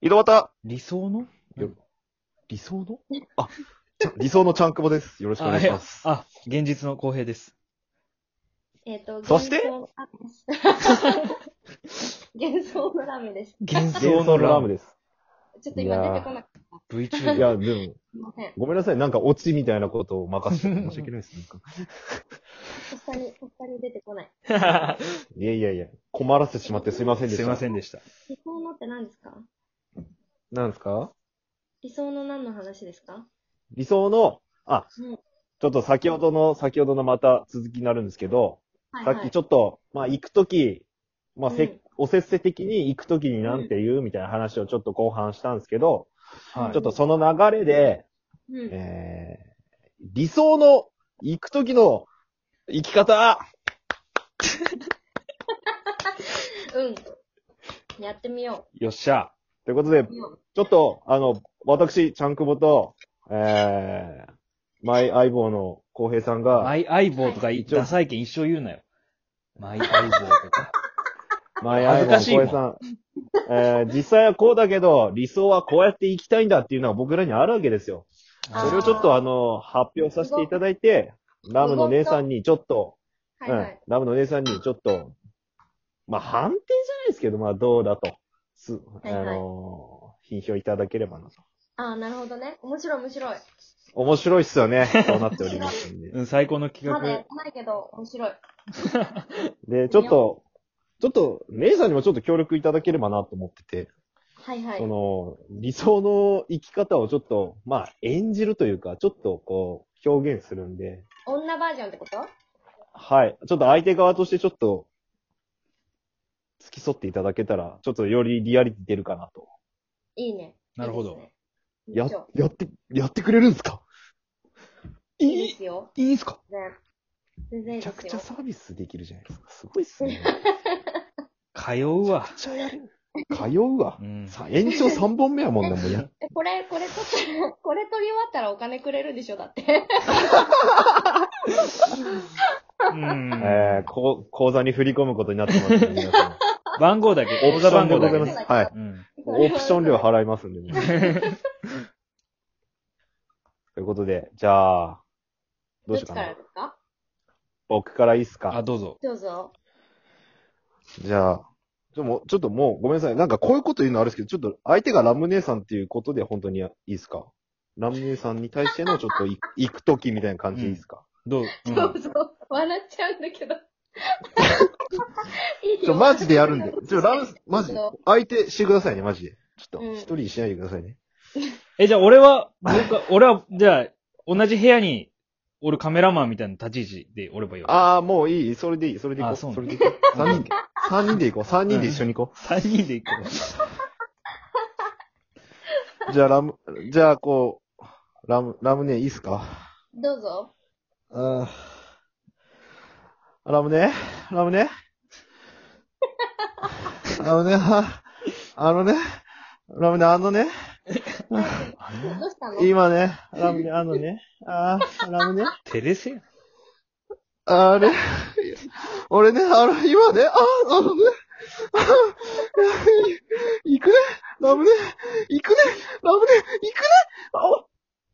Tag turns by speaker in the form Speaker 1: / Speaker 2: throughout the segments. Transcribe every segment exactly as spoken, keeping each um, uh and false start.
Speaker 1: 井戸端
Speaker 2: 理想の
Speaker 1: よ理想のあ、ちゃ理想のちゃんくぼです。よろしくお願いします。
Speaker 2: あ、あ現実の公平です。
Speaker 3: えっ、と、
Speaker 1: そして
Speaker 3: 幻想のラムです。
Speaker 2: 幻
Speaker 1: 幻想
Speaker 2: 想のラム
Speaker 1: のラムです。
Speaker 3: ちょっと今出てこなかった。
Speaker 2: V チュー
Speaker 1: いや、でも、
Speaker 3: すいません。
Speaker 1: ごめんなさい。なんかオチみたいなことを任せて申し訳ないです。なんか
Speaker 3: とっさに、とっさに出てこない。
Speaker 1: いやいやいや、困らせてしまってすいませんでし
Speaker 2: す
Speaker 1: た。
Speaker 2: いませんでした。
Speaker 3: 理想のって何ですか？
Speaker 1: なんですか？
Speaker 3: 理想の何の話ですか？
Speaker 1: 理想の、あ、
Speaker 3: うん。
Speaker 1: ちょっと先ほどの、先ほどのまた続きになるんですけど、
Speaker 3: はいはい。
Speaker 1: さっきちょっと、まあ行くとき、まあせ、
Speaker 3: うん
Speaker 1: おせっせ的に行くときになんて言うみたいな話をちょっと後半したんですけど、
Speaker 2: はい
Speaker 1: ちょっとその流れで、
Speaker 3: うん。
Speaker 1: えー、理想の行くときの生き方
Speaker 3: うん。やってみよ
Speaker 2: よっしゃ。
Speaker 1: ということで、
Speaker 3: う。見よう
Speaker 1: ちょっと、あの、私、ちゃんくぼと、えー、マイ相棒の浩平さんが、
Speaker 2: マイ相棒とかい
Speaker 1: 一応
Speaker 2: ダサいけん一生言うなよ。マイ相棒とか。
Speaker 1: マイ相棒の
Speaker 2: 恥ずかしいもん
Speaker 1: 浩平さん、えー、実際はこうだけど、理想はこうやって生きたいんだっていうのが僕らにあるわけですよ。
Speaker 3: あー
Speaker 1: それをちょっとあの、発表させていただいて、ラムの姉さんにちょっと、うん
Speaker 3: はいはい。、
Speaker 1: ラムの姉さんにちょっと、まあ、判定じゃないですけど、まあ、どうだと、す、あ
Speaker 3: はいはい
Speaker 1: のー品評いただければなと。
Speaker 3: ああ、なるほどね。面白い面白い。
Speaker 1: 面白いっすよね。そうなっておりますんで。
Speaker 2: うん、最高の企画。
Speaker 3: まだやってないけど、面白い。
Speaker 1: で、ちょっと、ちょっと、姉さんにもちょっと協力いただければなと思ってて、
Speaker 3: はいはい。
Speaker 1: その、理想の生き方をちょっと、まあ、演じるというか、ちょっとこう、表現するんで、
Speaker 3: 女バージョンってこと？
Speaker 1: はい。ちょっと相手側としてちょっと、付き添っていただけたら、ちょっとよりリアリティ出るかなと。
Speaker 3: いいね。
Speaker 2: なるほど
Speaker 3: いいですね。
Speaker 1: や
Speaker 3: 以上、
Speaker 1: やって、やってくれるんですか？
Speaker 3: いいですよ。
Speaker 2: いいんすか？
Speaker 3: 全然。全然い
Speaker 1: めちゃ
Speaker 3: いですよ。
Speaker 1: くちゃサービスできるじゃないですか。すごいっすね。
Speaker 2: 通うわ。
Speaker 1: めちゃくちゃやる。通うわ
Speaker 2: う。ん。
Speaker 1: さ、延長さんぼんめやもんね、もうや。
Speaker 3: え、これ、これ取ったら、これ取り終わったらお金くれるでしょ、だって。
Speaker 2: うん。
Speaker 1: えー、こう、口座に振り込むことになってますね、皆さん。
Speaker 2: 番号だけ、口座
Speaker 1: オプション
Speaker 2: 番号だけね。
Speaker 1: でございます。はい。
Speaker 2: うん。
Speaker 1: オプション料払いますんでね。ということで、じゃあ、どうしようかな
Speaker 3: どっちから。ですか？
Speaker 1: 僕からいいっす
Speaker 2: あ、
Speaker 1: か？
Speaker 2: どうぞ。
Speaker 3: どうぞ。
Speaker 1: じゃあ、ちょもうちょっともうごめんなさい。なんかこういうこと言うのあるんですけど、ちょっと相手がラム姉さんっていうことで本当にいいですか？ラム姉さんに対してのちょっとい行くときみたいな感じでいいですか？
Speaker 2: どう、うん
Speaker 3: どうぞ。笑っちゃうんだけど。いいよ
Speaker 1: ちょ、マジでやるんで。ちょ、ラム、マジで
Speaker 3: どう。
Speaker 1: 相手してくださいね、マジで。ちょっと、
Speaker 3: うん
Speaker 1: 一人にしないでくださいね。
Speaker 2: え、じゃあ俺は、僕は、俺は、じゃあ、同じ部屋に、俺カメラマンみたいな立ち位置でおればいいわ。
Speaker 1: あー、もういいそれでいいそれでいこう。
Speaker 2: あそう
Speaker 1: それでいこう。三人で。三人で行こう。三人で一緒に行こ
Speaker 2: 三人で行こ
Speaker 1: う。じゃあ、ラム、じゃあ、こう、ラム、ラムね、いいっすか？
Speaker 3: どうぞ。
Speaker 1: あーラムねラムねラムね、ああのね、ラムね、あのね、
Speaker 3: どうしたの？
Speaker 1: 今ね、ラムね、あのね、あーラムね、
Speaker 2: う。テレセやん。
Speaker 1: あれ、俺ね、あの、今ね、あ、あのね、あ行くね、ラムね、行くね、ラムね、行くね、あ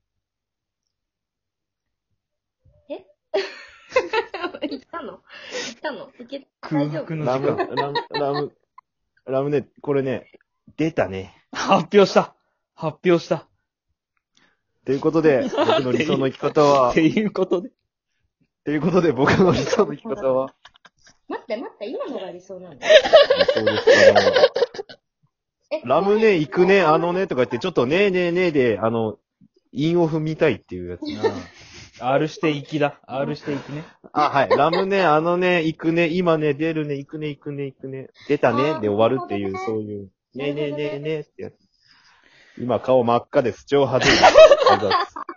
Speaker 3: 行ったの？行ったの？行け、
Speaker 2: 空
Speaker 3: 大丈夫？
Speaker 2: 白の
Speaker 1: ラム、
Speaker 2: 時間。
Speaker 1: ラム、ラム、ラムね、これね、出たね。
Speaker 2: 発表した発表した
Speaker 1: ということで、僕の理想の生き方は
Speaker 2: っ、ていうことで。
Speaker 1: ということで、僕の理想の生き方は、
Speaker 3: 待って待って、今のが理想なの？
Speaker 1: 理想ですから、
Speaker 3: え
Speaker 1: ラムね、行くね、あのね、とか言って、ちょっとねえねえねえで、あの、韻を踏みたいっていうやつ。
Speaker 2: R して行きだ。R して行きね。
Speaker 1: あ、はい。ラムね、あのね、行くね、今ね、出るね、行くね、行くね、行くね、出たね、で終わるっていう、そういう、ねえねえねえねえってやつ。今、顔真っ赤です。超派手です。ありがとうござい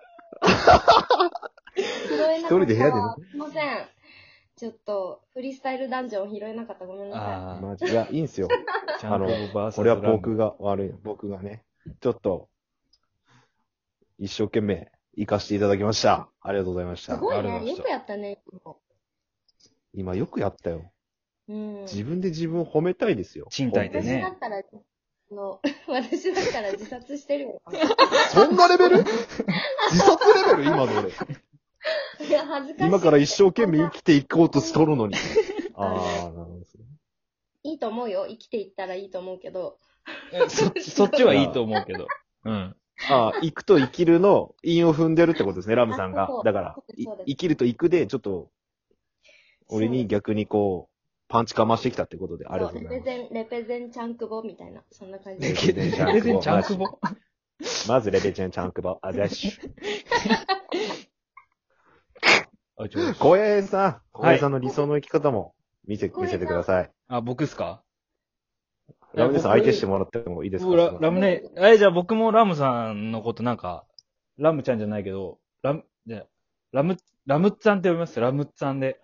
Speaker 1: ます
Speaker 3: 拾えなかった。
Speaker 1: 一人で部屋でね
Speaker 3: すいません。ちょっと、フリースタイルダンジョン拾えなかった。ごめんなさ
Speaker 2: ああ。
Speaker 1: マジ、いや、いいんすよ。
Speaker 2: ちゃんとバーサス
Speaker 1: これは僕が悪い。僕がね、ちょっと、一生懸命、活かしていただきました。ありがとうございまし
Speaker 3: い。す
Speaker 1: た。
Speaker 3: ごいね。
Speaker 2: ありがとうございました
Speaker 3: よくやったね。
Speaker 1: 今よくやったよ。
Speaker 3: うん。
Speaker 1: 自分で自分を褒めたいですよ。
Speaker 2: 賃貸でね
Speaker 3: 私だったら、 あの、私だったら自殺してるよ。
Speaker 1: そんなレベル自殺レベル今の俺。
Speaker 3: いや、恥ずかしい。
Speaker 1: 今から一生懸命生きていこうとしとるのに。ああ、なるほどですね。
Speaker 3: いいと思うよ。生きていったらいいと思うけど。
Speaker 2: そ、そっちはいいと思うけど。うん。
Speaker 1: ああ、行くと生きるの韻を踏んでるってことですね、ラムさんが
Speaker 3: あそう。
Speaker 1: だから、い生きると行くで、ちょっと、俺に逆にこう、パンチかましてきたってことで、ありがとうございます。
Speaker 3: レペゼン、レペゼンチャンクボみたいな、そんな感じで。
Speaker 1: レペゼンチャンクボ。
Speaker 2: レペゼンチャンクボ。
Speaker 1: まずレペゼンチャンクボ。あざし。
Speaker 2: あ、ちょ、
Speaker 1: 小平さん、小平さんの理想の生き方も見せ、見せてください。
Speaker 2: あ、僕っすか？
Speaker 1: ラムネさん相手してもらってもいいですか？
Speaker 2: ラ、ラムネ、え、じゃあ僕もラムさんのことなんか、ラムちゃんじゃないけど、ラム、じゃあラム、ラムッツァンって呼びますラムッツァンで。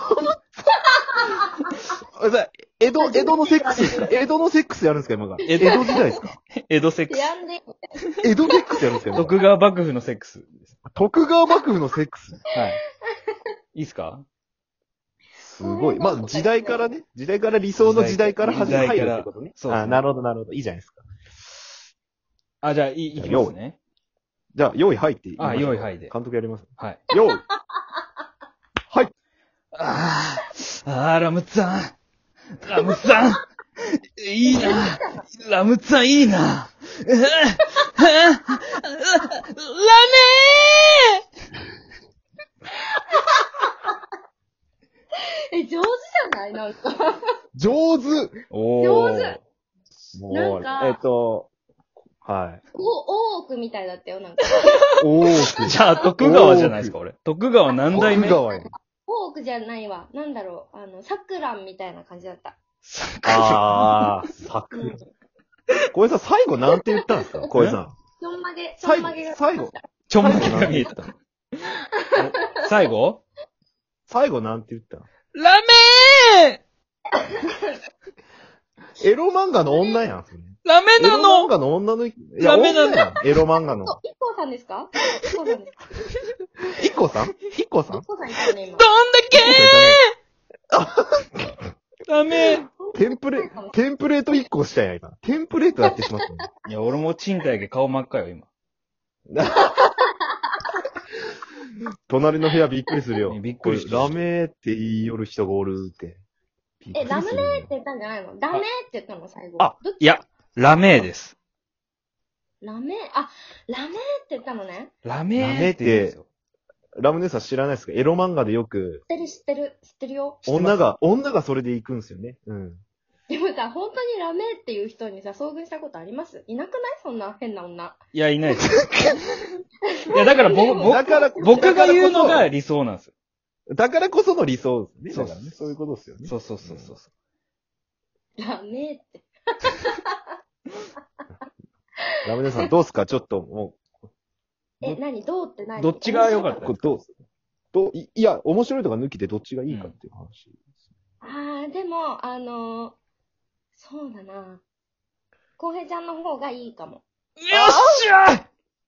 Speaker 1: 江戸、江戸のセックスですか？江戸のセックスやるんですか今から。江戸時代ですか？
Speaker 2: 江戸セックス。
Speaker 3: やんで。
Speaker 1: 江戸セックスやるんですか今から。
Speaker 2: 徳川幕府のセックスです。
Speaker 1: 徳川幕府のセックス。
Speaker 2: はい。いいっすか？
Speaker 1: すごい。まあ、時代からね、時代から理想の時代から始め入るってことね。
Speaker 2: そうですね。
Speaker 1: あ、なるほど、なるほど。いいじゃないですか。
Speaker 2: あ、じゃあ、いい、いきますね。
Speaker 1: じゃあ、用意入っていい？
Speaker 2: あ、用意入で。
Speaker 1: 監督やります。
Speaker 2: はい。
Speaker 1: 用意。はい。
Speaker 2: ああ、ああ、ラムツァン。ラムツァン。いいな。ラムツァンいいな。ラ
Speaker 3: え、上手じゃないなんか。
Speaker 1: 上手
Speaker 2: お
Speaker 3: 上手
Speaker 1: もう、
Speaker 3: なんか
Speaker 1: えっと、はい。
Speaker 3: お、大奥みたいだったよ、なんか。
Speaker 1: 大奥。
Speaker 2: じゃあ、徳川じゃないですか、俺。徳川何代目？
Speaker 1: 徳川や。
Speaker 3: 大奥じゃないわ。なんだろう。あの、桜みたいな感じだった。
Speaker 1: あー、桜。小江さん、最後なんて言ったんですか小江さん。
Speaker 3: ちょんまげ、ちょ
Speaker 1: 最後
Speaker 3: んまげが。、
Speaker 1: 最後。
Speaker 2: ちょんまげが見えた。最後
Speaker 1: 最後なんて言ったの
Speaker 2: ラメ
Speaker 1: エロ漫画の女やん、それ。
Speaker 2: ラメ
Speaker 1: エロ
Speaker 2: なの
Speaker 1: 漫画の女の、いや、
Speaker 2: ダメなの
Speaker 1: 女やん。エロ漫画の。
Speaker 3: そう、一光さんですか一光さんですか
Speaker 1: 一個さん一個さん
Speaker 3: 一光さんいたよね、今。
Speaker 2: どんだけダメ
Speaker 1: テンプレ、テンプレート一個したんや、今。テンプレートやってしまったね。
Speaker 2: いや、俺も賃貸で顔真っ赤よ、今。
Speaker 1: 隣の部屋びっくりするよ。
Speaker 2: びっくりした
Speaker 1: これラメーって言いよる人がおるって。
Speaker 3: え、ラムネーって言ったんじゃないのダメーって言ったの、最後。
Speaker 2: あ
Speaker 3: どっち
Speaker 2: いや、ラメーです。
Speaker 3: ラメー、あ、ラメーって言ったのね。
Speaker 2: ラメーって言うんですよ。
Speaker 1: ラムネさん知らないですか？エロ漫画でよく、
Speaker 3: 知ってる、知ってる、知ってるよ。
Speaker 1: 女が、女がそれで行くんですよね。うん。
Speaker 3: でもさ、本当にラメーっていう人にさ、遭遇したことありますいなくないそんな変な女。
Speaker 2: いや、いないです。いや、だから僕、僕
Speaker 1: だから、
Speaker 2: 僕が言うのが
Speaker 1: だ
Speaker 2: 理想なんですよ。
Speaker 1: だからこその理想ですね。
Speaker 2: そう
Speaker 1: だからね。そういうことですよね。
Speaker 2: そうそうそうそう。
Speaker 3: ラメーって。
Speaker 1: ラムネさんどうすかちょっとも
Speaker 3: え、何どうって何
Speaker 2: どっちが良かっ
Speaker 1: う、
Speaker 2: た
Speaker 1: これどうどういいや、面白いとか抜きでどっちがいいかっていう話。
Speaker 3: あー、でも、あのー、そうだな。浩平ちゃんの方がいいかも。
Speaker 2: よっしゃ
Speaker 1: なんで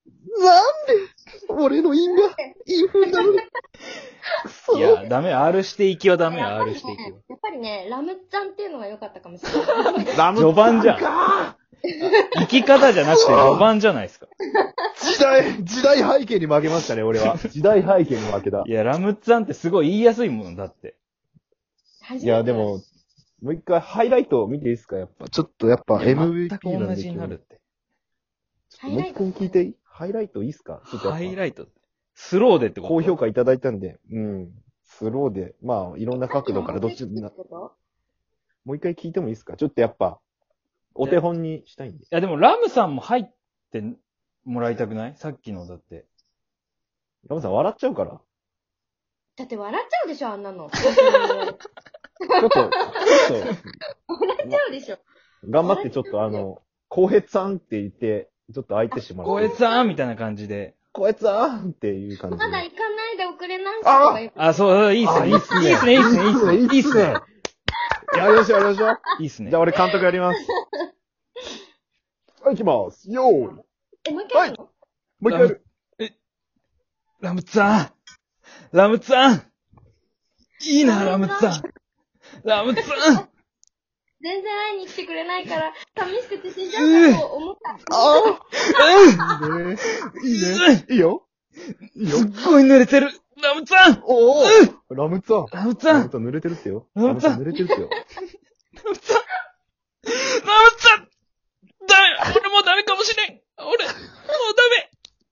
Speaker 1: 俺の韻が、いい風になる。くそ
Speaker 2: いや、ダメ。R していきはダメよ、
Speaker 3: やっぱり
Speaker 2: R していきは。
Speaker 3: ね、やっぱりね、ラムちゃんっていうのが良かったかもしれない。
Speaker 1: ラム
Speaker 2: 序盤じゃん
Speaker 1: か
Speaker 2: 生き方じゃなくて序盤じゃないですか。
Speaker 1: 時代、時代背景に負けましたね、俺は。時代背景に負けた。
Speaker 2: いや、ラムツァンってすごい言いやすいもんだって。
Speaker 1: いや、でも、もう一回ハイライト見ていいですかやっぱ。ちょっとやっぱ エムブイピー
Speaker 2: 全く同
Speaker 1: なんで。
Speaker 2: じになるって。
Speaker 1: ちょっともう一回聞いていいハイライトいいっすかちょっとやっぱ
Speaker 2: ハイライトって。スローでってこと
Speaker 1: 高評価いただいたんで、うん。スローで、まあ、いろんな角度からどっち、なもう一回聞いてもいいですかちょっとやっぱ、お手本にしたいんで。
Speaker 2: いや、でもラムさんも入ってもらいたくないさっきのだって。
Speaker 1: ラムさん笑っちゃうから。
Speaker 3: だって笑っちゃうでしょ、あんなの。
Speaker 1: ちょっと、ちょっと、
Speaker 3: 笑っちゃうでしょ。
Speaker 1: 頑張ってちょっとあの、こうへつさんって言って、ちょっと相手してもら
Speaker 2: こ
Speaker 1: って。
Speaker 2: いつさんみたいな感じで。
Speaker 1: こうへつさんっていう感じで。
Speaker 3: まだ行かないで遅れないしとか言う
Speaker 2: あ、そう、いいっすね。いいっすね。いいっすね。いいっすね。いいっすね。いいっすね。
Speaker 1: やりましょう、やりましょう。
Speaker 2: いいっすね
Speaker 1: じゃあ。俺監督やります。はい、行きます。よーい。も
Speaker 3: え、もう一回やるの、
Speaker 1: う一回やる。
Speaker 2: ラムツァンラムツァンいいな、ラムツァンラムツァン
Speaker 3: 全然会いに来てくれないから、寂しくて死んじゃうかと思った。
Speaker 1: ああいいね。いいね。いいよ。いいよ。
Speaker 2: すっごい濡れてる。ラムちゃん
Speaker 1: おおラムツァン。
Speaker 2: ラムちゃん
Speaker 1: ラムツァン濡れてるってよ。
Speaker 2: ラムツァン
Speaker 1: ラムツァン濡れてるってよ。
Speaker 2: ラムちゃんラムちゃんダメ俺もうダメかもしれん俺、もうダメ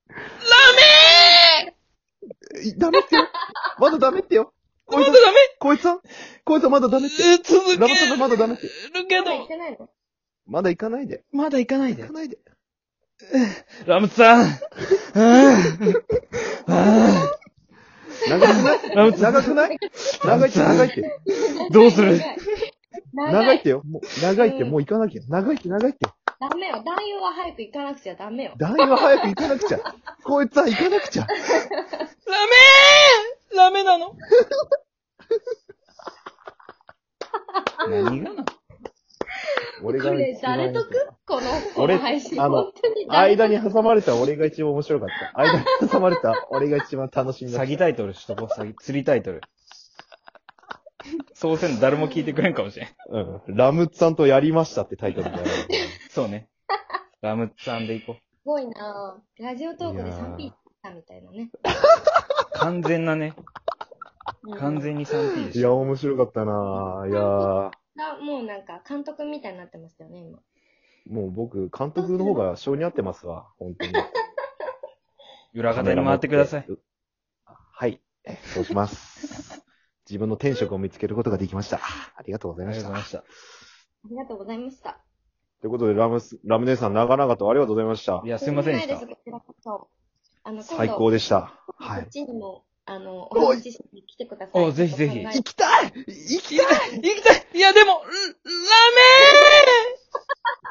Speaker 2: ラメ
Speaker 1: いダメってよ。まだダメってよ。
Speaker 2: ーまだダメ
Speaker 1: こいつはこいつはまだダメって。
Speaker 2: え続け
Speaker 1: ラムツァンがまだダメって。
Speaker 2: るけど
Speaker 3: まだ、行ってないの？
Speaker 1: まだ行かないで。
Speaker 2: まだ行かないで
Speaker 1: 行か。ないで。
Speaker 2: ラムさん
Speaker 1: 長くない
Speaker 2: ラムツァン
Speaker 1: 長くない長いって長いって。
Speaker 2: どうする
Speaker 3: 長い。
Speaker 1: 長いってよ。もう、長いってもう行かなきゃ。長いって長いって。
Speaker 3: ダメよ。男優は早く行かなくちゃダメよ。
Speaker 1: ダイは早く行かなくちゃ。こいつは行かなくちゃ。
Speaker 2: ラメーラメなの何がなの
Speaker 1: 俺
Speaker 3: これ誰得この、こ
Speaker 1: 俺
Speaker 3: の配信。
Speaker 1: あの
Speaker 3: 本当に誰得
Speaker 1: 間に挟まれた俺が一番面白かった。間に挟まれた俺が一番楽しみだった。
Speaker 2: 詐欺タイトルしとこう、詐欺、釣りタイトル。そうせんの誰も聞いてくれんかもしれん。
Speaker 1: うん。ラムツさんとやりましたってタイトルでやる。
Speaker 2: そうね。ラムさんでいこう。
Speaker 3: すごいなぁ。ラジオトークで スリーピー したみたいなね。
Speaker 2: 完全なね。
Speaker 3: うん
Speaker 2: 完全に スリーピー で
Speaker 1: いや、
Speaker 2: した。
Speaker 1: 面白かったなぁ。いやー
Speaker 3: がもうなんか監督みたいになってましたよね、今。
Speaker 1: もう僕、監督の方が性に合ってますわ。本当に。
Speaker 2: 裏方に回ってください。。
Speaker 1: はい。そうします。自分の天職を見つけることができました。ありがとうございました。
Speaker 2: ありがとうございました。
Speaker 3: ありがとうございました。
Speaker 1: ということで、ラムス、ラム姉さん、長々とありがとうございました
Speaker 2: い。や、すいませんでした
Speaker 3: とんでもない。です、こちらこそ。あの、
Speaker 1: 最高でした。は
Speaker 3: こっ
Speaker 1: い。
Speaker 3: ちにも、あの、お話ししに来てください。
Speaker 2: おぜひぜひ
Speaker 3: 考え
Speaker 1: 行きたい行きたい
Speaker 2: 行きたいいや、でも、ララメ